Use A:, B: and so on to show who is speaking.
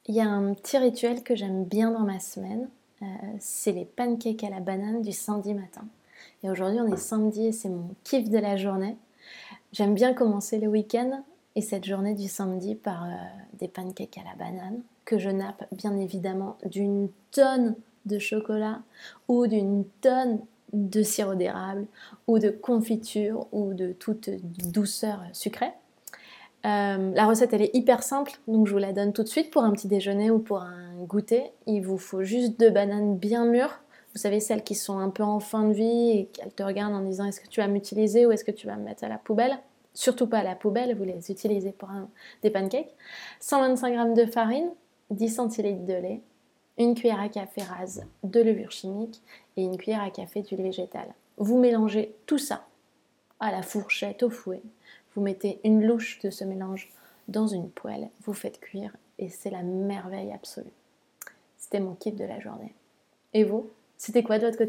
A: Il y a un petit rituel que j'aime bien dans ma semaine, c'est les pancakes à la banane du samedi matin. Et aujourd'hui, on est samedi et c'est mon kiff de la journée. J'aime bien commencer le week-end et cette journée du samedi par des pancakes à la banane que je nappe bien évidemment d'une tonne de chocolat ou d'une tonne de sirop d'érable ou de confiture ou de toute douceur sucrée. La recette elle est hyper simple, donc je vous la donne tout de suite pour un petit déjeuner ou pour un goûter. Il vous faut juste 2 bananes bien mûres. Vous savez, celles qui sont un peu en fin de vie et qu'elles te regardent en disant est-ce que tu vas m'utiliser ou est-ce que tu vas me mettre à la poubelle. Surtout pas à la poubelle, vous les utilisez pour des pancakes. 125 g de farine, 10 centilitres de lait, une cuillère à café rase de levure chimique et une cuillère à café d'huile végétale. Vous mélangez tout ça à la fourchette, au fouet. Vous mettez une louche de ce mélange dans une poêle, vous faites cuire et c'est la merveille absolue. C'était mon kiff de la journée. Et vous, c'était quoi de votre côté ?